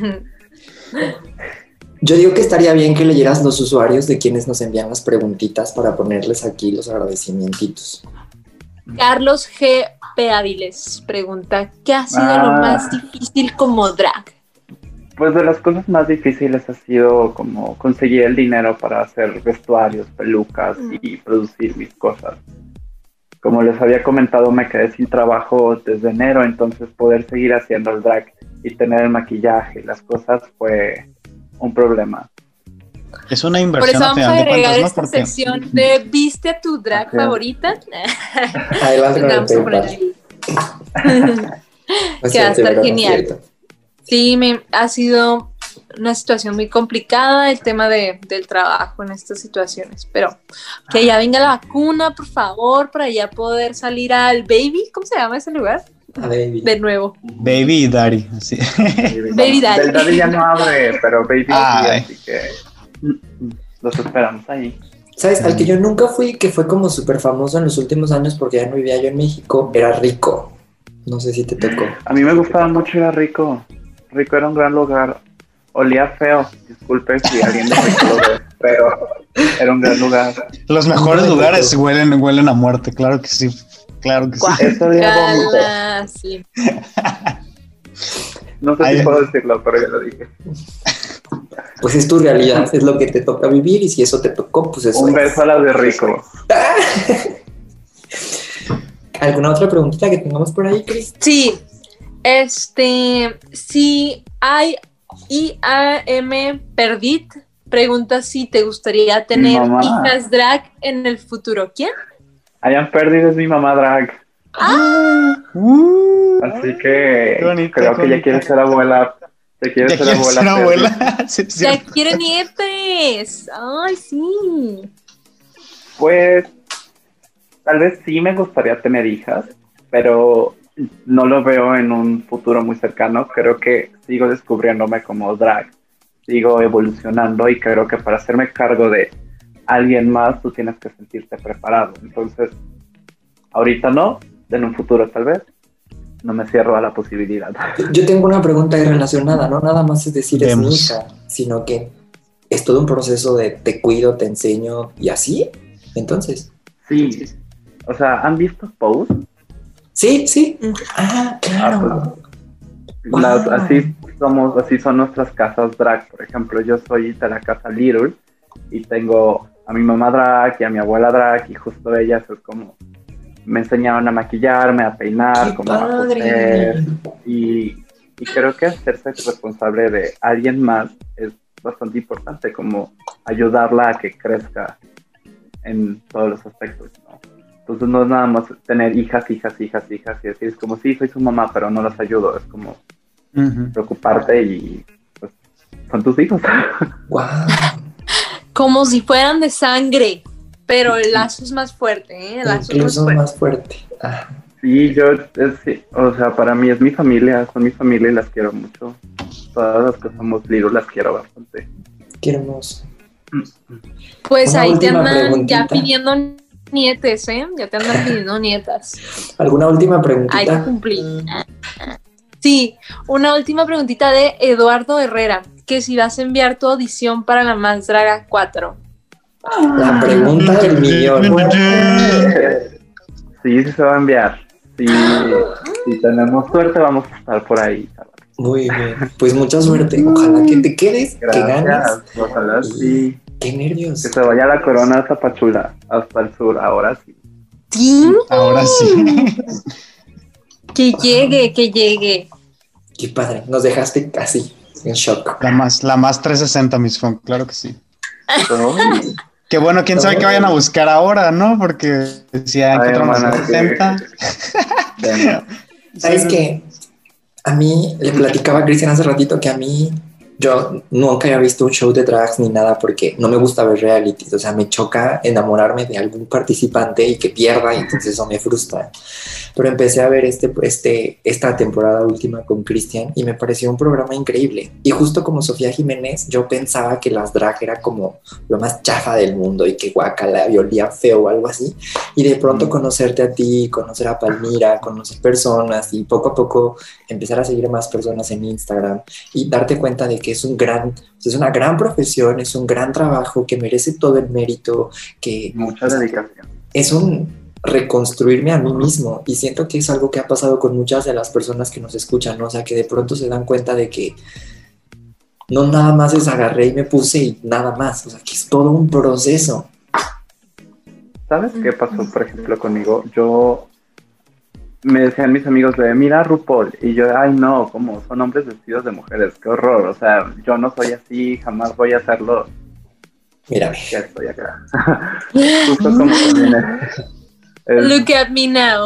Yo digo que estaría bien que leyeras los usuarios de quienes nos envían las preguntitas para ponerles aquí los agradecimientos. Carlos G. P. Áviles pregunta, ¿qué ha sido ah. lo más difícil como drag? Pues de las cosas más difíciles ha sido como conseguir el dinero para hacer vestuarios, pelucas mm. y producir mis cosas. Como les había comentado, me quedé sin trabajo desde enero, entonces poder seguir haciendo el drag y tener el maquillaje y las cosas fue un problema. Es una inversión. Por eso vamos a agregar ¿no? esta Porque... sección de ¿viste a tu drag okay. favorita? Adelante con vamos a poner ahí. Que va a estar genial. Sí, me, ha sido una situación muy complicada el tema de, del trabajo en estas situaciones, pero que ya venga la vacuna, por favor, para ya poder salir al Baby, ¿cómo se llama ese lugar? A Baby. De nuevo. Baby y Daddy, así. Baby Daddy. El Daddy ya no abre, pero Baby sí, así que los esperamos ahí. ¿Sabes? Al que yo nunca fui, que fue como súper famoso en los últimos años porque ya no vivía yo en México, era Rico. No sé si te tocó. A mí me gustaba mucho ir a Rico. Rico era un gran lugar. Olía feo, disculpe si alguien de Rico lo ve, pero era un gran lugar. Los mejores lugares huelen, huelen a muerte, claro que sí. Claro que sí. Eso olía vómito. Sí. No sé Ay, si puedo decirlo, pero ya lo dije. Pues es tu realidad, es lo que te toca vivir y si eso te tocó, pues eso Un es. beso a las de Rico. ¿Alguna otra preguntita que tengamos por ahí, Cris? Sí, este, si hay I A M Perdit, pregunta si te gustaría tener hijas drag en el futuro. ¿Quién? I Am Perdit es mi mamá drag. Ah. Uh, Así que bonito, creo que ya quiere ser abuela. Ya quiere ser abuela. Ser abuela. Sí, ya quiere nietes. Ay, sí. Pues tal vez sí me gustaría tener hijas, pero no lo veo en un futuro muy cercano. Creo que sigo descubriéndome como drag, sigo evolucionando y creo que para hacerme cargo de alguien más tú tienes que sentirte preparado. Entonces ahorita no, en un futuro tal vez. No me cierro a la posibilidad. Yo tengo una pregunta ahí relacionada, no nada más es decir es mi Vemos. hija, sino que es todo un proceso de te cuido, te enseño y así. Entonces, Sí, o sea, ¿han visto Pose? sí, sí. Mm. Ah, claro. Pues, las, Wow. así somos, así son nuestras casas drag. Por ejemplo, yo soy de la casa Little y tengo a mi mamá drag y a mi abuela drag, y justo ellas es como me enseñaron a maquillarme, a peinar, ¡Qué como a padre! coser, y, y creo que hacerse responsable de alguien más es bastante importante, como ayudarla a que crezca en todos los aspectos, ¿no? Entonces no es nada más tener hijas, hijas, hijas, hijas y decir, es como, sí, soy su mamá, pero no las ayudo, es como Ujú. preocuparte y pues son tus hijos. Wow. Como si fueran de sangre, pero el lazo es más fuerte, ¿eh? El lazo es más Incluso fuerte. más fuerte. Ah, Sí, yo, es, sí, o sea, para mí es mi familia, son mi familia y las quiero mucho. Todas las que somos Little las quiero bastante. qué hermoso. Pues Una ahí te última andan preguntita. ya pidiendo nietes, ¿eh? Ya te andan pidiendo nietas. ¿Alguna última Hay que preguntita? cumplir. Sí, una última preguntita de Eduardo Herrera, que si vas a enviar tu audición para la Más Draga cuatro. La pregunta del millón. Sí, sí se va a enviar. Sí, si tenemos suerte vamos a estar por ahí. Muy bien. Pues mucha suerte. Ojalá que te quedes, que ganes. Gracias, ojalá sí. Qué nervios. Que se vaya la corona hasta Tapachula, hasta el sur, ahora sí. ¿Sí? Ahora sí. Que llegue, que llegue. Qué padre. Nos dejaste casi en shock. La más, la más trescientos sesenta, Miss Funk, claro que sí. Pero, Qué bueno, quién sabe qué vayan a buscar ahora, ¿no? Porque si hay Ay, que hermana, más sesenta. bueno, ¿Sabes qué? A mí, le platicaba a Cristian hace ratito que a mí, yo nunca había visto un show de drags ni nada porque no me gusta ver realities. O sea, me choca enamorarme de algún participante y que pierda, y entonces eso me frustra. Pero empecé a ver este, este, esta temporada última con Cristian y me pareció un programa increíble. Y justo como Sofía Jiménez, yo pensaba que las drag era como lo más chafa del mundo y que guacala y olía feo o algo así. Y de pronto conocerte a ti, conocer a Palmira, conocer personas y poco a poco empezar a seguir a más personas en Instagram y darte cuenta de que es un gran, es una gran profesión, es un gran trabajo que merece todo el mérito, que mucha dedicación. es un reconstruirme a mí mismo, y siento que es algo que ha pasado con muchas de las personas que nos escuchan, ¿no? O sea, que de pronto se dan cuenta de que no nada más es agarré y me puse y nada más, o sea, que es todo un proceso. ¿Sabes qué pasó, por ejemplo, conmigo? Yo, me decían mis amigos de, mira RuPaul, y yo, ay no, ¿cómo? Son hombres vestidos de mujeres, qué horror, o sea, yo no soy así, jamás voy a hacerlo. Mírame. Ya estoy acá. Justo como también es, es, Look at me now.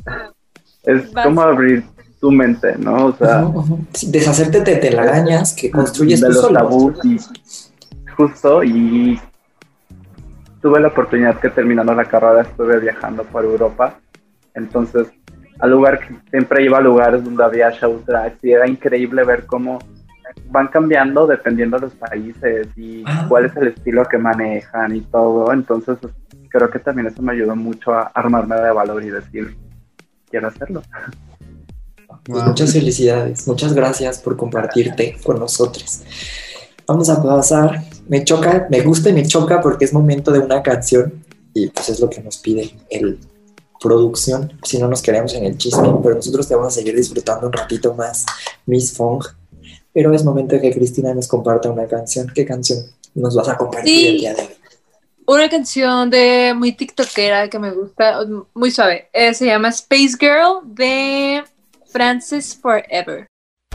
es como abrir tu mente, ¿no? O sea, Ujú, ujú. Sí, deshacerte de telarañas que construyes de tú los solo. tabús y justo, y tuve la oportunidad que terminando la carrera estuve viajando por Europa, entonces al lugar que siempre iba a lugares donde había shows drags y era increíble ver cómo van cambiando dependiendo de los países y Ah. cuál es el estilo que manejan y todo, entonces creo que también eso me ayudó mucho a armarme de valor y decir, quiero hacerlo. Pues Wow. muchas felicidades, muchas gracias por compartirte con nosotros. Vamos a pasar, me choca, me gusta y me choca porque es momento de una canción y pues es lo que nos pide el producción, si no nos queremos en el chisme, pero nosotros te vamos a seguir disfrutando un ratito más, Miss Fong, pero es momento de que Cristina nos comparta una canción. ¿Qué canción nos vas a compartir Sí. el día de hoy? Una canción de muy tiktokera que me gusta, muy suave. Eh, se llama Space Girl de Frances Forever.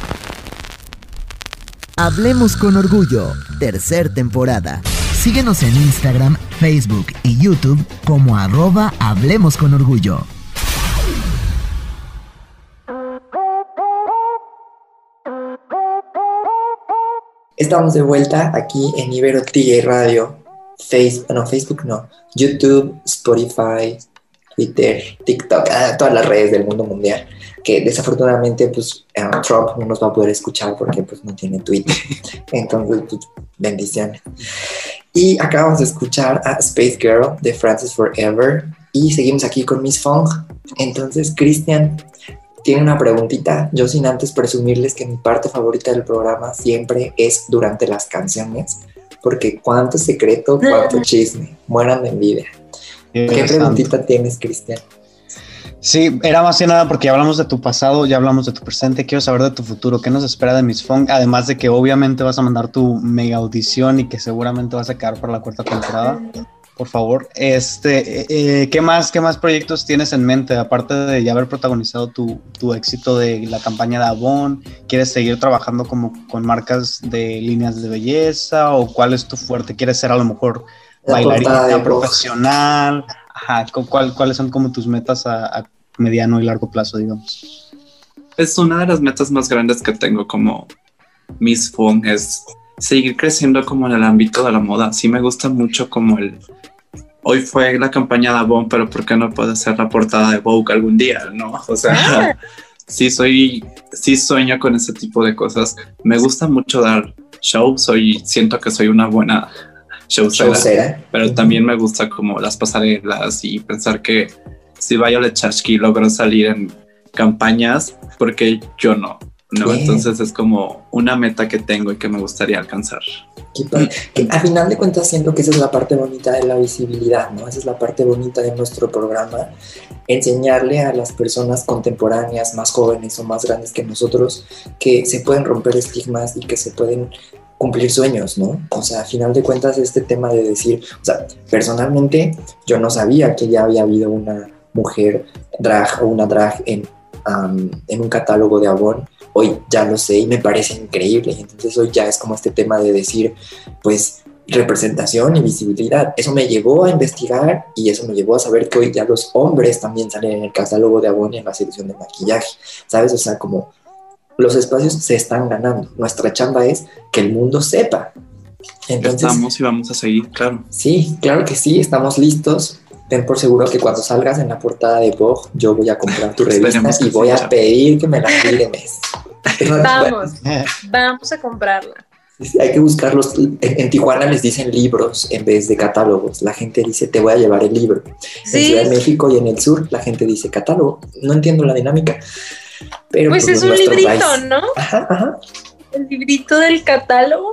Hablemos con Orgullo, tercer temporada. Síguenos en Instagram, Facebook y YouTube como arroba Hablemos con Orgullo. Estamos de vuelta aquí en Ibero T J Radio, Facebook, no, Facebook no, YouTube, Spotify, Twitter, TikTok, ah, todas las redes del mundo mundial, que desafortunadamente pues uh, Trump no nos va a poder escuchar porque pues no tiene Twitter, entonces pues, bendiciones. Y acabamos de escuchar a Space Girl de Frances Forever, y seguimos aquí con Miss Fong. Entonces, Cristian tiene una preguntita. Yo sin antes presumirles que mi parte favorita del programa siempre es durante las canciones, porque cuánto secreto, cuánto chisme, mueran de envidia. ¿Qué preguntita tienes, Cristian? Sí, era más que nada porque ya hablamos de tu pasado, ya hablamos de tu presente, quiero saber de tu futuro, ¿qué nos espera de Miss Fong? Además de que obviamente vas a mandar tu mega audición y que seguramente vas a quedar para la cuarta temporada. Por favor, este, eh, ¿qué más, qué más proyectos tienes en mente? Aparte de ya haber protagonizado tu, tu éxito de la campaña de Avon, ¿quieres seguir trabajando como con marcas de líneas de belleza? ¿O cuál es tu fuerte? ¿Quieres ser a lo mejor La bailarina profesional? Ajá, ¿cuál, ¿cuáles son como tus metas a, a mediano y largo plazo, digamos? Es una de las metas más grandes que tengo como Miss Fong, es seguir creciendo como en el ámbito de la moda. Sí me gusta mucho como el... Hoy fue la campaña de Avon, pero ¿por qué no puedo hacer la portada de Vogue algún día, no? O sea, sí soy... Sí sueño con ese tipo de cosas. Me gusta mucho dar shows. Soy, siento que soy una buena showcera. Showcera. Pero uh-huh. También me gusta como las pasarelas y pensar que si Violet Chachki logró salir en campañas, porque yo no. No, Bien. Entonces es como una meta que tengo y que me gustaría alcanzar. Que a final de cuentas siento que esa es la parte bonita de la visibilidad, ¿no? Esa es la parte bonita de nuestro programa, enseñarle a las personas contemporáneas, más jóvenes o más grandes que nosotros, que se pueden romper estigmas y que se pueden cumplir sueños, ¿no? O sea, a final de cuentas este tema de decir, o sea, personalmente yo no sabía que ya había habido una mujer drag o una drag en, um, en un catálogo de Avon. Hoy ya lo sé y me parece increíble. Entonces hoy ya es como este tema de decir, pues, representación y visibilidad. Eso me llevó a investigar y eso me llevó a saber que hoy ya los hombres también salen en el catálogo de Avon y en la sección de maquillaje, ¿sabes? O sea, como los espacios se están ganando. Nuestra chamba es que el mundo sepa. Entonces, estamos y vamos a seguir, claro. Sí, claro que sí, estamos listos. Ten por seguro que cuando salgas en la portada de Vogue, yo voy a comprar tu revista y voy a pedir que me la firmes. Vamos, vamos a comprarla. Sí, hay que buscarlos. En, en Tijuana les dicen libros en vez de catálogos. La gente dice, te voy a llevar el libro. Sí. En Ciudad de México y en el sur, la gente dice catálogo. No entiendo la dinámica. Pero pues, pues es un librito, país. ¿No? Ajá, ajá. El librito del catálogo.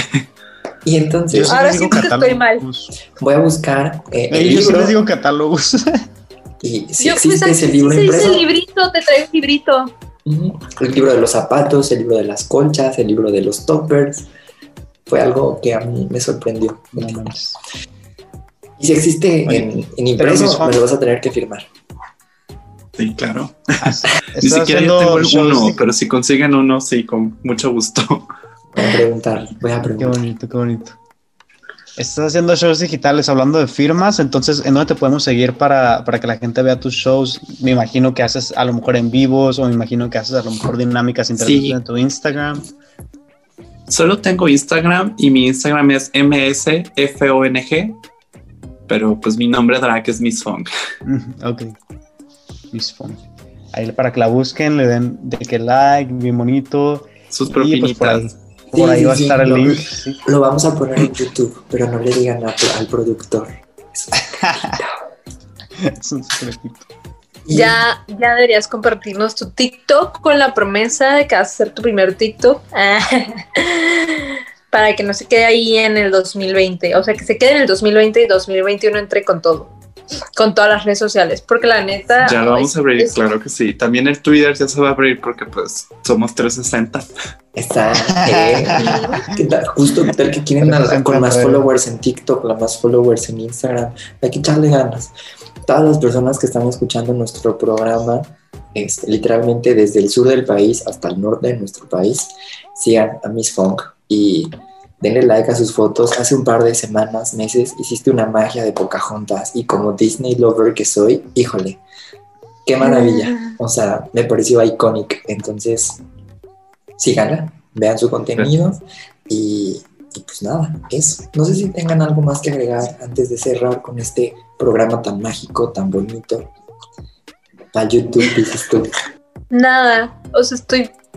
Y entonces... Ahora sí que estoy mal. Voy a buscar eh, el Yo libro. sí les digo catálogos. Y si Yo, existe pues, ese libro sí, impreso. El librito, te traigo un librito. Uh-huh. El libro de los zapatos, el libro de las colchas, el libro de los toppers. Fue algo que a mí me sorprendió. No mames. Y si existe Oye, en, en impreso, me lo vas a tener que firmar. Sí, claro. Ni siquiera yo tengo uno, pero si consiguen uno, sí, con mucho gusto. Voy a preguntar, voy a preguntar. Qué bonito, qué bonito. Estás haciendo shows digitales, hablando de firmas, entonces, ¿en dónde te podemos seguir para, para que la gente vea tus shows? Me imagino que haces a lo mejor en vivos, o me imagino que haces a lo mejor dinámicas interesantes sí. En tu Instagram. Solo tengo Instagram, y mi Instagram es M S F O N G, pero pues mi nombre drag es Miss Fong. Ok, Miss Fong. Ahí para que la busquen, le den de que like, bien bonito. Sus propinitas. Pues por ahí, por sí, ahí sí, va a sí, estar lo, el link. Sí. Lo vamos a poner en YouTube, pero no le digan a, al productor. Es un secretito. Ya, ya deberías compartirnos tu TikTok con la promesa de que vas a hacer tu primer TikTok. Para que no se quede ahí en el dos mil veinte. O sea, que se quede en el dos mil veinte y dos mil veintiuno entre con todo. Con todas las redes sociales. Porque la neta... Ya lo vamos es, a abrir, es... claro que sí. También el Twitter ya se va a abrir porque pues somos trescientos sesenta. Está... Eh, ¿qué tal? Justo ¿qué tal que quieren nada con más followers en TikTok, la más followers en Instagram. Hay que echarle ganas. Todas las personas que están escuchando nuestro programa, este, literalmente desde el sur del país hasta el norte de nuestro país, sigan a Miss Fong y denle like a sus fotos. Hace un par de semanas, meses, hiciste una magia de Pocahontas y como Disney lover que soy, híjole, qué maravilla. O sea, me pareció icónico. Entonces, síganla, vean su contenido y, y pues nada, eso. No sé si tengan algo más que agregar antes de cerrar con este programa tan mágico, tan bonito. Para YouTube, dices tú. Nada, o sea, estoy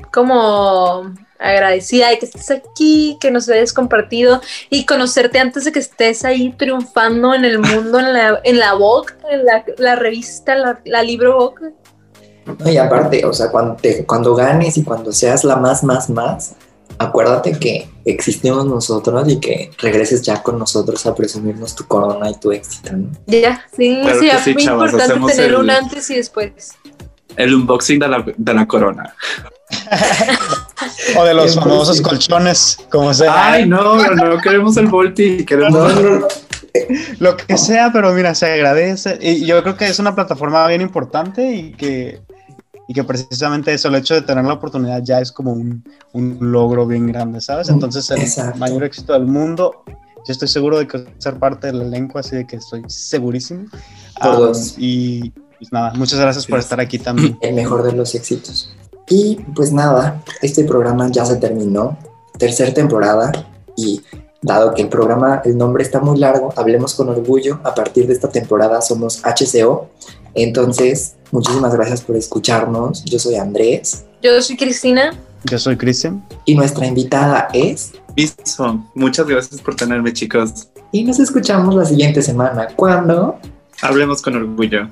como agradecida de que estés aquí, que nos hayas compartido y conocerte antes de que estés ahí triunfando en el mundo, en la, en la Vogue, en la, la revista, la, la libro Vogue. No, y aparte, o sea, cuando, te, cuando ganes y cuando seas la más, más, más, acuérdate que existimos nosotros y que regreses ya con nosotros a presumirnos tu corona y tu éxito, ¿no? Ya, sí, Claro sí, que es sí, muy chavos, importante hacemos tener el- un antes y después. El unboxing de la, de la corona. O de los cien por ciento. famosos colchones, como sea. Ay, no, no, no, queremos el Volti. Queremos No, no, no. Lo que sea, pero mira, se agradece. Y yo creo que es una plataforma bien importante y que, y que precisamente eso, el hecho de tener la oportunidad ya es como un, un logro bien grande, ¿sabes? Entonces, el Exacto. mayor éxito del mundo. Yo estoy seguro de que ser parte del elenco, así de que estoy segurísimo. Por Um, dos. Y pues nada, muchas gracias por estar aquí también. El mejor de los éxitos. Y pues nada, este programa ya se terminó, tercera temporada, y dado que el programa, el nombre está muy largo, hablemos con orgullo. A partir de esta temporada somos H C O. Entonces, muchísimas gracias por escucharnos. Yo soy Andrés Yo soy Cristina. Yo soy Cristian. y nuestra invitada es... Listo. Muchas gracias por tenerme, chicos. Y nos escuchamos la siguiente semana. ¿Cuándo? Hablemos con orgullo.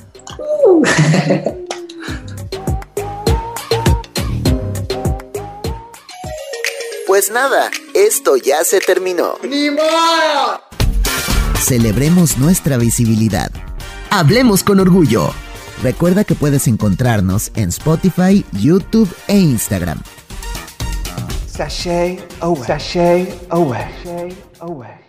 Pues nada, esto ya se terminó. Celebremos nuestra visibilidad. Hablemos con orgullo. Recuerda que puedes encontrarnos en Spotify, YouTube e Instagram. Sashay away. Sashay away. Sashay away.